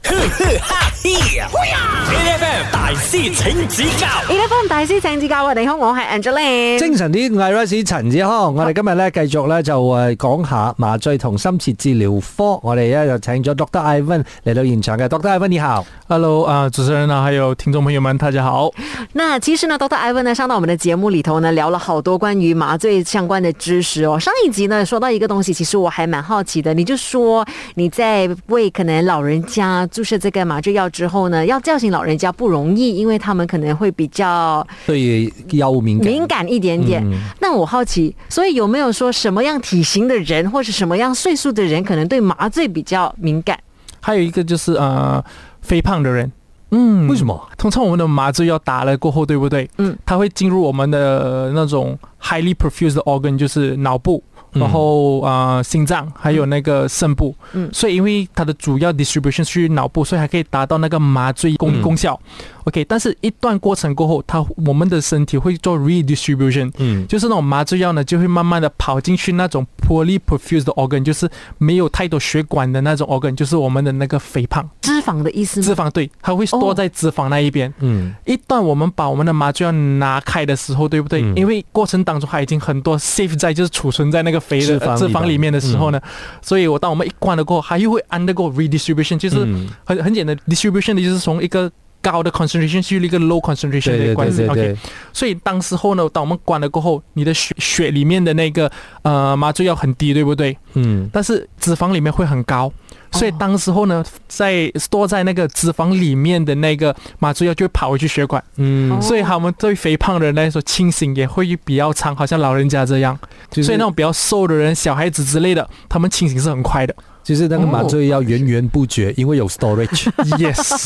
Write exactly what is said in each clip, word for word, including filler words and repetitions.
呵呵哈嘿呀 ！A F M 大師請指教 ，A F M 大師請指教啊！你好，我係 Angeline。 精神啲，我係 Rice 陳志康。我哋今日咧繼續咧就誒講下麻醉同深切治療科。我哋咧就請咗 Doctor Ivan 嚟到現場嘅。Doctor Ivan 你好 ，Hello 啊、呃，主持人啊，還有聽眾朋友們，大家好。 那其實呢 ，Doctor Ivan 呢上到我們的節目裏頭呢，聊了好多關於麻醉相關的知識哦。上一集呢，說到一個東西，其實我還蠻好奇的。你就說你在為可能老人家注射這個麻醉藥之後呢，要叫醒老人家不容易，因為他們可能會比較對藥物敏感敏感一點點。嗯、那我好奇，所以有沒有說什麼樣體型的人，或是什麼樣歲數的人，可能對麻醉比較敏感？ 還有一個就是呃肥胖的人。嗯， 為什麼？ 通常我們的麻醉藥打了過後，對不對？嗯，它會進入我們的那種 highly perfused organ，就是腦部，然後呃心臟，還有那個腎部。嗯，所以因為它的主要 distribution 去腦部，所以還可以達到那個麻醉功、嗯、功效。OK， 但是一段過程過後，它我們的身體會做 redistribution， 嗯，就是那種麻醉藥呢，就會慢慢的跑進去那種 poorly perfused organ， 就是沒有太多血管的那種 organ， 就是我們的那個肥胖脂肪的意思嗎？ 脂肪，對，它會多在脂肪那一邊。嗯，一旦我們把我們的麻醉藥拿開的時候，對不對？嗯、因為過程當中它已經很多 save 在，就是儲存在那個肥的脂肪裡面的時候呢，嗯、所以我當我們一關了過後，它又會 undergo redistribution， 就是很很簡單 ，distribution 的就是從一個高的 concentration 去一個 low concentration 的關係。OK， 所以當時候呢，當我們關了過後，你的血血裡面的那個呃麻醉藥很低，對不對？嗯，但是脂肪裡面會很高。所以當時候呢，在 store 在那個脂肪裡面的那個麻醉藥就會跑回去血管，嗯，所以他們對肥胖的人來說清醒也會比較長，好像老人家這樣。就是、所以那種比較瘦的人、小孩子之類的，他們清醒是很快的。 就是那個麻醉藥源源不絕，因為有 storage。Yes 。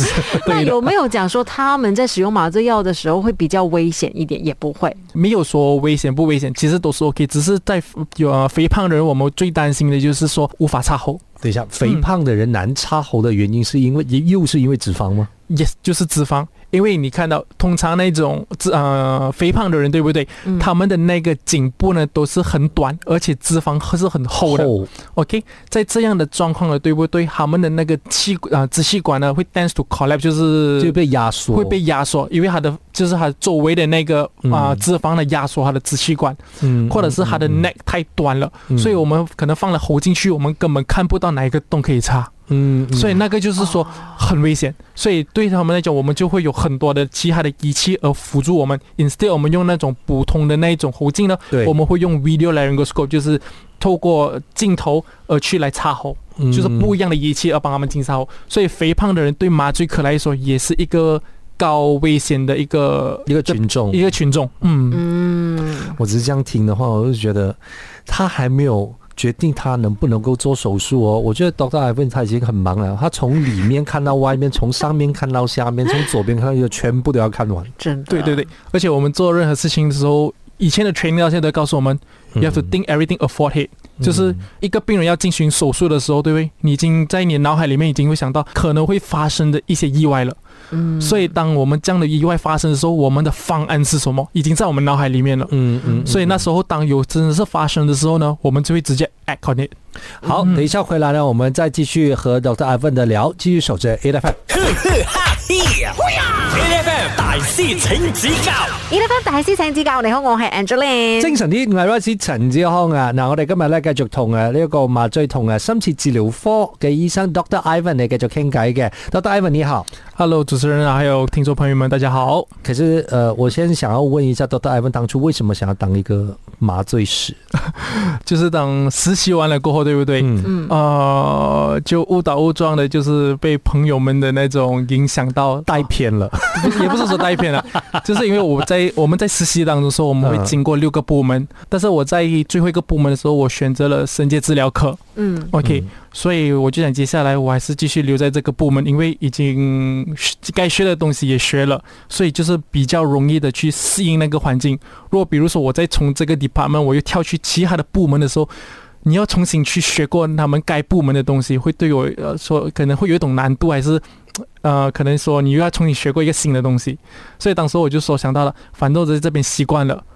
那有沒有講說他們在使用麻醉藥的時候會比較危險一點？也不會， 沒有說危險不危險，其實都是 OK。只是在有肥胖的人，我們最擔心的就是說無法插喉。 等一下，肥胖的人難插喉的原因是因為、嗯、又是因為脂肪嗎？ Yes， 就是脂肪。因為你看到通常那種呃肥胖的人，對不對？嗯、他們的那個頸部呢都是很短，而且脂肪是很厚的。厚 OK， 在這樣的狀況呢，對不對？他們的那個氣啊、呃、支氣管呢會 tends to collapse， 就是就被壓縮， 會被壓縮，因為它的就是它周圍的那個啊、呃、脂肪的壓縮它的支氣管，嗯，或者是它的 neck 太短了，嗯、所以我們可能放了喉進去，我們根本看不到哪一個洞可以插。嗯，所以那個就是說很危險，哦、所以對他們來講，我們就會有很多的其他的儀器而輔助我們。Instead， 我們用那種普通的那種喉鏡呢，我們會用 video laryngoscope， 就是透過鏡頭而去來插喉，嗯、就是不一樣的儀器而幫他們進插喉。所以肥胖的人對麻醉科來說也是一個高危險的一個一個群眾， 一個群眾。嗯嗯，我只是這樣聽的話，我就覺得他還沒有決定他能不能夠做手術哦，我覺得 Doctor Ivan 他已經很忙了，他從裏面看到外面，從上面看到下面，從左邊看到右，全部都要看完。 真的， 對對對，而且我們做任何事情的時候，以前的 training 到現在都告訴我們、嗯、，you have to think everything ahead，、嗯、就是一個病人要進行手術的時候，對不對？你已經在你腦海裡面已經會想到可能會發生的一些意外了。嗯，所以當我們這樣的意外發生的時候，我們的方案是什麼？已經在我們腦海裡面了。嗯嗯，所以那時候當有真的是發生的時候呢，我們就會直接 act on it。 好，等一下回來呢，我們再繼續和 Doctor Ivan 的聊，繼續守着 A F M。 A F M 大師請指教 ，A F M 大師請指教。你好，我係 Angeline。 精神啲，我係 Rice 陳志康啊。嗱，我哋今日咧繼續同誒呢一個麻醉同誒深切治療科嘅醫生 Doctor Ivan 嚟繼續傾偈嘅。Doctor Ivan 你好 ，Hello 主持人啊，還有聽眾朋友們，大家好。 可是呃，我先想要問一下 Doctor Ivan 當初為什麼想要當一個麻醉師？ 就是當實習完了過後，對不對？嗯。呃，就誤打誤撞的，就是被朋友們的那種影響到帶偏了， 也不是說帶偏了，就是因為我在我們在實習當中說我們會經過六個部門，但是我在最後一個部門的時候，我選擇了深切治療科。嗯 ，OK，嗯，所以我就想接下來我還是繼續留在這個部門，因為已經該學的東西也學了，所以就是比較容易的去適應那個環境。如果比如說我再從這個 department 我又跳去其他的部門的時候，你要重新去學過他們該部門的東西，會對我呃說可能會有一種難度，還是呃可能說你又要重新學過一個新的東西。所以當時我就說想到了，反正我在這邊習慣了，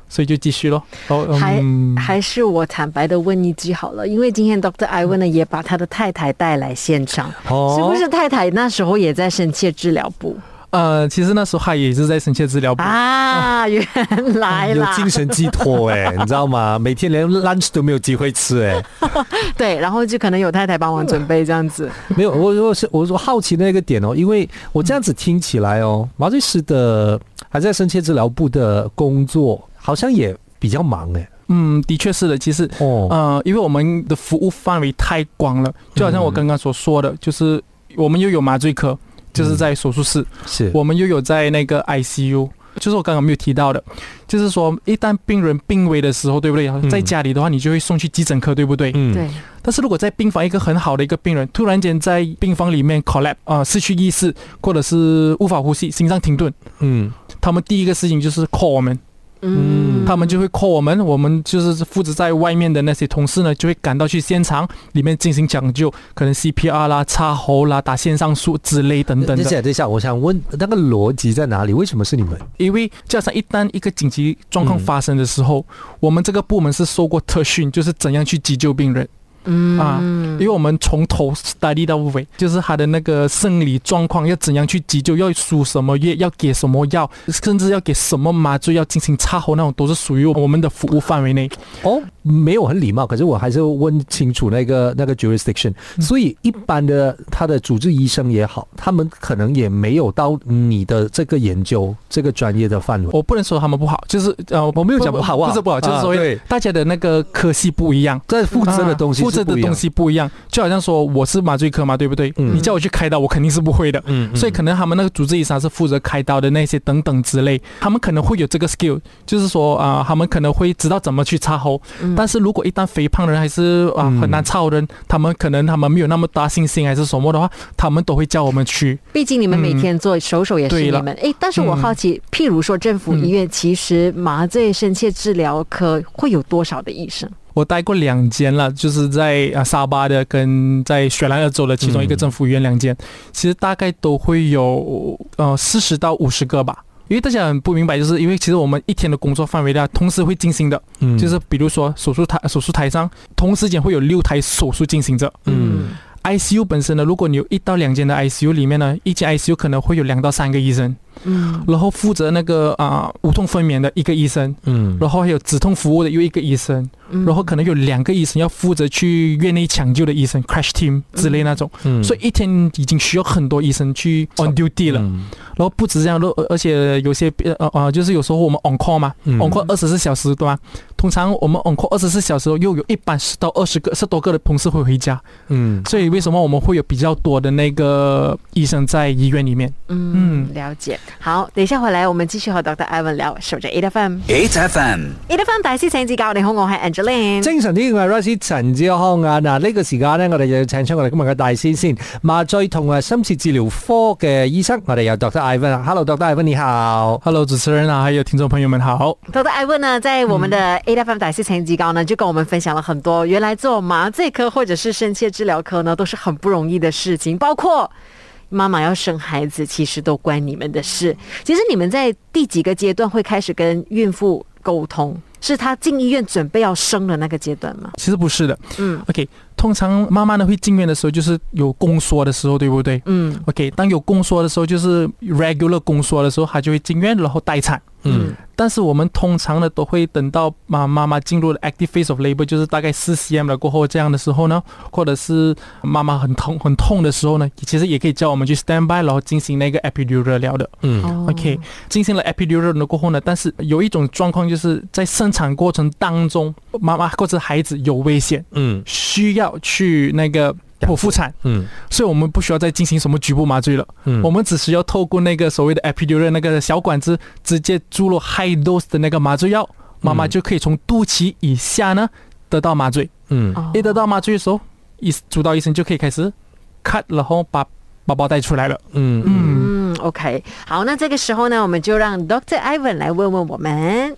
所以就继续咯。 哦嗯、还还是我坦白的问一句好了，因为今天 Doctor Ivan 呢也把他的太太带来现场，哦、是不是太太那时候也在深切治疗部？ 呃，其实那时候他也是在深切治疗部啊，原来啦， 有精神寄托哎、欸，你知道吗？每天连 lunch 都没有机会吃哎、 欸，对，然后就可能有太太帮忙准备这样子。 没有，我我是我我好奇那个点哦，因为我这样子听起来哦，麻醉师的还在深切治疗部的工作好像也比较忙哎、欸。 嗯，的确是的。其实，哦、呃，因为我们的服务范围太广了，就好像我刚刚所说的，嗯、就是我们又有麻醉科。就是在手术室，是我们又有在那个 I C U， 就是我刚刚没有提到的，就是说一旦病人病危的时候，对不对？在家里的话，你就会送去急诊科，对不对？ 嗯，对。 但是如果在病房一个很好的一个病人，突然间在病房里面 collapse 啊、呃，失去意识，或者是无法呼吸，心脏停顿，嗯，他们第一个事情就是 call 我们。嗯，他们就会 call 我们，我们就是负责在外面的那些同事呢，就会赶到去现场里面进行抢救，可能 C P R 啦、插喉啦、打线上术之类等等的。 等一下，等一下，我想问那个逻辑在哪里？为什么是你们？ 因为加上一旦一个紧急状况发生的时候，嗯、我们这个部门是受过特训，就是怎样去急救病人。嗯啊，因为我们从头 study 到尾，就是他的那个生理状况要怎样去急救，要输什么药，要给什么药，甚至要给什么麻醉，要进行插喉那种，都是属于我们的服务范围内。 哦，没有很礼貌，可是我还是问清楚那个那个 jurisdiction。所以一般的他的主治医生也好，他们可能也没有到你的这个研究这个专业的范围。 我不能说他们不好，就是呃，我没有讲不好，不是不好，就是说大家的那个科系不一样， 在负责的东西。 这的东西不一样，就好像说我是麻醉科嘛，对不对？嗯、你叫我去开刀，我肯定是不会的。嗯，所以可能他们那个主治医生是负责开刀的那些等等之类，他们可能会有这个 skill， 就是说啊、呃，他们可能会知道怎么去插喉。嗯、但是如果一旦肥胖人还是啊、呃、很难插喉人，他们可能他们没有那么大信心还是什么的话，他们都会叫我们去。 毕竟你们每天做手手也是你们。哎、嗯，但是我好奇，嗯、譬如说政府医院，其实麻醉深切治疗科会有多少的医生？ 我待过两间了，就是在啊沙巴的跟在雪兰莪州的其中一个政府医院两间，嗯、其实大概都会有呃四十到五十个吧。因为大家很不明白，就是因为其实我们一天的工作范围呢，同时会进行的，嗯、就是比如说手术台手术台上同时间会有六台手术进行着，嗯。I C U 本身呢，如果你有一到两间的 I C U 里面呢，一间 I C U 可能会有两到三个医生，嗯，然后负责那个啊、呃、无痛分娩的一个医生，嗯，然后还有止痛服务的又一个医生，嗯，然后可能有两个医生要负责去院内抢救的医生 crash team 之类那种，嗯，所以一天已经需要很多医生去 on duty 了，嗯，然后不止这样，而且有些呃呃就是有时候我们 on call 嘛，嗯、on call 二十四小时对吧？通常我们 on call 二十四小时又有一般十到二十个十多个的同事会回家，嗯，所以为什么我们会有比较多的那个医生在医院里面？ 嗯，嗯了解。好，等一下回来我們繼續和 Doctor Ivan 聊，守着 eight F M。eight F M。eight F M 大師請指教，你好，我係 Angeline。 精神啲，我係 Royce 陳志康啊！嗱，呢個時間呢，我哋就要請出我哋今日嘅大師先，麻醉同啊深切治療科嘅醫生，我哋有 Doctor Ivan。Hello，Doctor Ivan 你好。 Hello， 主持人啊，還有聽眾朋友們好。 Doctor Ivan 呢，在我們的eight F M 大師請指教呢，就跟我們分享了很多，原來做麻醉科或者是深切治療科呢，都是很不容易的事情，包括媽媽要生孩子，其實都關你們的事。其實你們在第幾個階段會開始跟孕婦溝通？是她進醫院準備要生的那個階段嗎？ 其實不是的。嗯 ，OK， 通常媽媽呢會進院的時候，就是有宮縮的時候，對不對？嗯 ，OK， 當有宮縮的時候，就是 regular 宮縮的時候，她就會進院，然後待產。嗯，但是我們通常呢都會等到媽媽媽進入了 active phase of labor， 就是大概四 C M 了過後這樣的時候呢，或者是媽媽很痛很痛的時候呢，其實也可以叫我們去 stand by， 然後進行那個 epidural 療的。嗯 ，OK， 進行了 epidural 的過後呢，但是有一種狀況就是在生產過程當中，媽媽或者孩子有危險，嗯，需要去那個剖腹產，嗯，所以我們不需要再進行什麼局部麻醉了，嗯，我們只需要透過那個所謂的 epidural 那個小管子，直接注入 high dose 的那個麻醉藥，媽媽就可以從肚臍以下呢得到麻醉，嗯，一得到麻醉的時候，醫主刀醫生就可以開始 cut， 然後把寶寶帶出來了，嗯嗯，嗯 ，OK， 好，那這個時候呢，我們就讓 Doctor Ivan 來問問我們。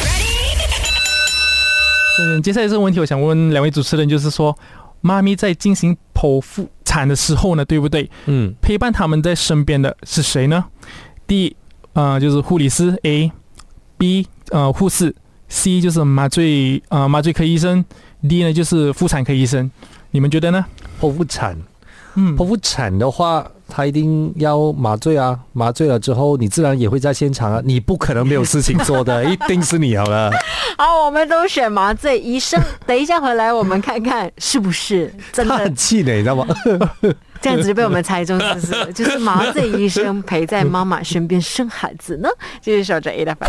嗯，接下來這個問題，我想問兩位主持人，就是說，媽咪在進行剖腹產的時候呢，對不對？嗯，陪伴他們在身邊的是誰呢？第一，呃，就是護理師 A，B， 呃，護士 C 就是麻醉呃麻醉科医生 ，D 呢就是妇产科医生，你们觉得呢？ 剖腹产， 嗯， 剖腹产的话，他一定要麻醉啊，麻醉了之后，你自然也会在现场啊，你不可能没有事情做的，一定是你好了。 好，我们都选麻醉医生。等一下回来，我们看看是不是真的。 他很气馁，你知道吗？ 这样子就被我们猜中，是不是？就是麻醉医生陪在妈妈身边生孩子呢？继续守着 A F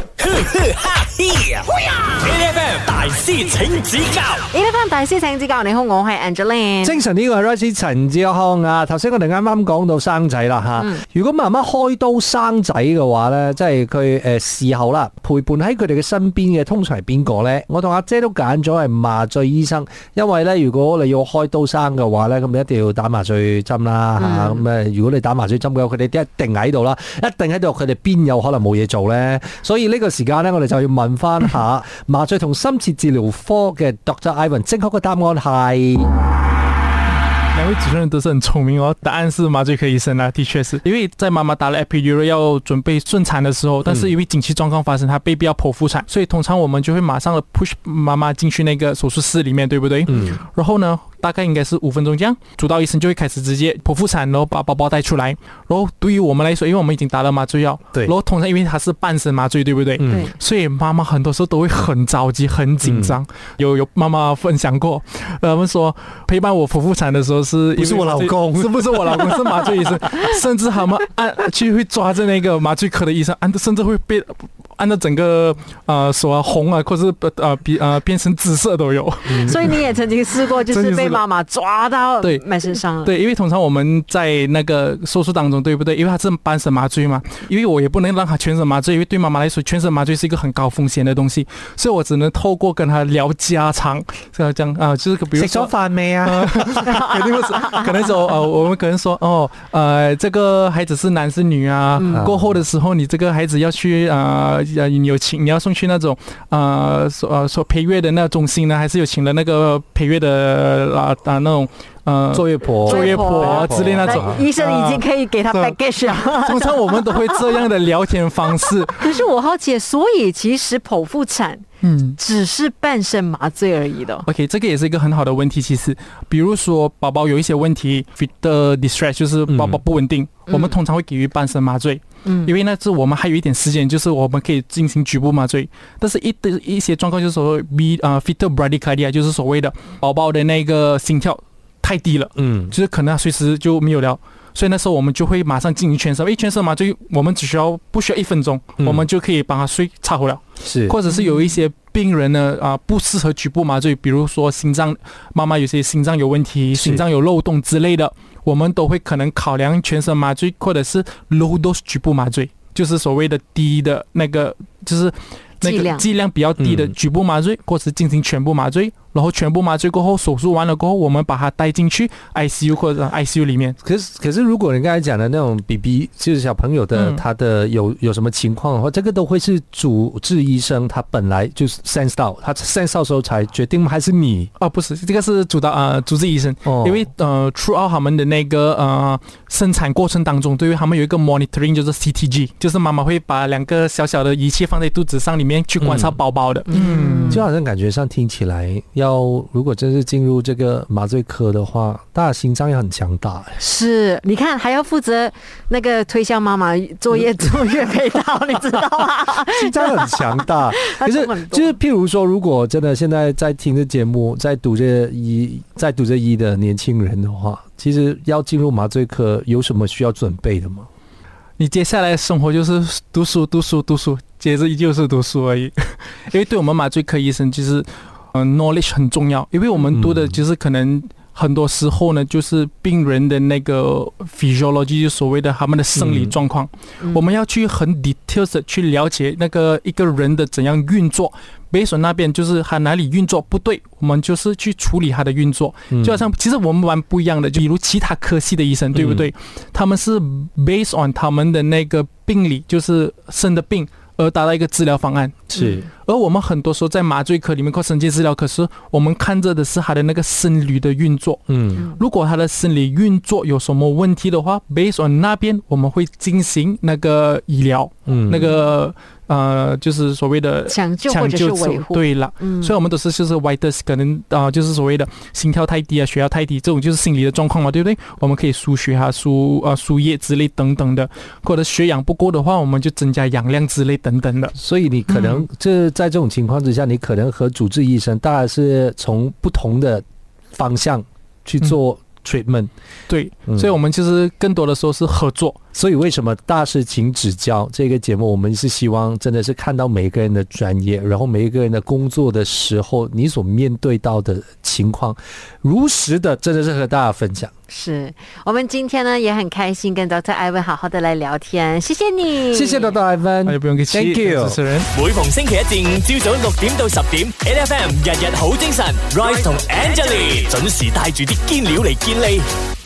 M。A F M 大師請指教 A F M 大師請指教，你好，我係 Angeline。 精神呢個係 Rice 陳志康啊。頭先我哋啱啱講到生仔啦吓，嗯、如果媽媽開刀生仔嘅話咧，即係佢誒事後啦，陪伴喺佢哋嘅身邊嘅通常係邊個咧？我同阿姐都揀咗係麻醉醫生，因為咧如果你要開刀生嘅話咧，咁你一定要打麻醉針啦吓。咁誒、嗯，如果你打麻醉針嘅話，佢哋一定喺度啦，一定喺度，佢哋邊有可能冇嘢做咧？所以呢個時間咧，我哋就要問翻下麻醉同深切治療科嘅 Doctor Ivan， 正確嘅答案係。 兩位主持人都是很聰明哦，答案是麻醉科醫生啦，的確是因為在媽媽打了 epidural 要準備順產的時候，但是因為緊急狀況發生，她被逼要剖腹產，所以通常我們就會馬上的 push 媽媽進去那個手術室裡面，對不對？嗯。然後呢，大概應該是五分鐘這樣，主刀醫生就會開始直接剖腹產，然後把寶寶帶出來。然後對於我們來說，因為我們已經打了麻醉藥，對。然後通常因為它是半身麻醉，對不對？嗯。所以媽媽很多時候都會很着急、很緊張。嗯、有有媽媽分享過，他們說陪伴我剖腹產的時候。是不是我老公？ 是不是我老公？是麻醉醫生，甚至他們按去會抓着那個麻醉科的醫生，按甚至會被按到整個呃手啊紅啊，或者呃變呃變成紫色都有。 所以你也曾經試過，就是被媽媽抓到對滿身傷。 對，因為通常我們在那個手術當中，對不對？因為他是半身麻醉嘛，因為我也不能讓他全身麻醉，因為對媽媽來說，全身麻醉是一個很高風險的東西，所以我只能透過跟他聊家常，這樣啊、呃，就是比如食咗飯未啊？ 可能說呃，我們可能說哦，呃，這個孩子是男是女啊？嗯、過後的時候，你這個孩子要去呃，有請你要送去那種呃，所呃所陪月的那中心呢，還是有請了那個陪月的啊啊那種呃坐月婆、 坐月婆之類那種。 醫生已經可以給他 package 了。 通常我們都會這樣的聊天方式。 可是我好奇，所以其實剖腹產。嗯，只是半身麻醉而已的。 OK， 這個也是一個很好的問題。其實，比如說寶寶有一些問題 ，fetal distress 就是寶寶不穩定，嗯、我們通常會給予半身麻醉。嗯，因為呢，是我們還有一點時間，就是我們可以進行局部麻醉。但是一的一些狀況就是所謂 B 啊 fetal bradycardia，就是所謂的寶寶的那個心跳太低了，嗯，就是可能隨時就沒有了。所以那時候我們就會馬上進行全身，因為全身麻醉我們只需要不需要一分鐘，嗯、我們就可以幫他睡插好了。是，或者是有一些病人呢啊、呃、不適合局部麻醉，比如說心臟媽媽有些心臟有問題，心臟有漏洞之類的，我們都會可能考量全身麻醉或者是 low dose 局部麻醉，就是所謂的低的那個就是那個劑量比較低的局部麻醉，嗯、或者是進行全部麻醉。然後全部麻醉過後，手術完了過後，我們把它帶進去 I C U 或者 I C U 裡面。 可是，可是如果你剛才講的那種 B B， 就是小朋友的，嗯、他的有有什麼情況的話，這個都會是主治醫生他本來就是 sense 到，他 sense 到時候才決定嗎？還是你？ 哦，不是，這個是主導呃主治醫生，哦、因為呃 throughout 他們的那個呃生產過程當中，對於他們有一個 monitoring，就是 C T G， 就是媽媽會把兩個小小的儀器放在肚子上裡面去觀察寶寶的。 嗯，嗯就好像感覺上聽起來要。如果真是進入這個麻醉科的話，大家心臟也很強大。 是，你看還要負責那個推銷媽媽作業坐月陪到，你知道嗎？ 心臟很強大。可是，就是譬如說，如果真的現在在聽這節目，在讀這醫，在讀這醫的年輕人的話，其實要進入麻醉科，有什麼需要準備的嗎？ 你接下來的生活就是讀書、讀書、讀書，接着就是讀書而已。因為對我們麻醉科醫生，就是knowledge 很重要，因為我們讀的就是可能很多時候呢，就是病人的那個 physiology， 就所謂的他們的生理狀況，嗯、我們要去很 details 的去了解那個一個人的怎樣運作。based on 那邊就是他哪裡運作不對，我們就是去處理他的運作。嗯、就好像其實我們蠻不一樣的，就比如其他科系的醫生，對不對？嗯、他們是 based on 他們的那個病理，就是生的病而達到一個治療方案。 是， 而我们很多时候在麻醉科里面或神经治疗科时，我们看着的是他的那个生理的运作。嗯，如果他的生理运作有什么问题的话 ，based on 那边我们会进行那个医疗，嗯，那个呃，就是所谓的抢救或者是维护。 对了，嗯，所以我们都是就是 vitals 可能啊、呃，就是所谓的心跳太低啊，血压太低，这种就是心理的状况嘛，对不对？我们可以输血啊、输啊、呃、输液之类等等的，或者血氧不够的话，我们就增加氧量之类等等的。 所以你可能这在这种情况之下，你可能和主治医生大概是从不同的方向去做 treatment。嗯、 对、嗯，所以我们其实更多的时候是合作。 所以为什么大师请指教这个节目，我们是希望真的是看到每一个人的专业，然后每一个人的工作的时候，你所面对到的情况，如实的真的是和大家分享。 是我们今天呢也很开心跟 Doctor Ivan 好好的来聊天，谢谢你， 谢谢 Doctor Ivan， 也不用客氣 ，Thank you。 主持人每逢星期一至五朝早六點到十點 ，A F M 日日好精神 ，Rise 同 Angelie 準時帶住啲堅料嚟堅利。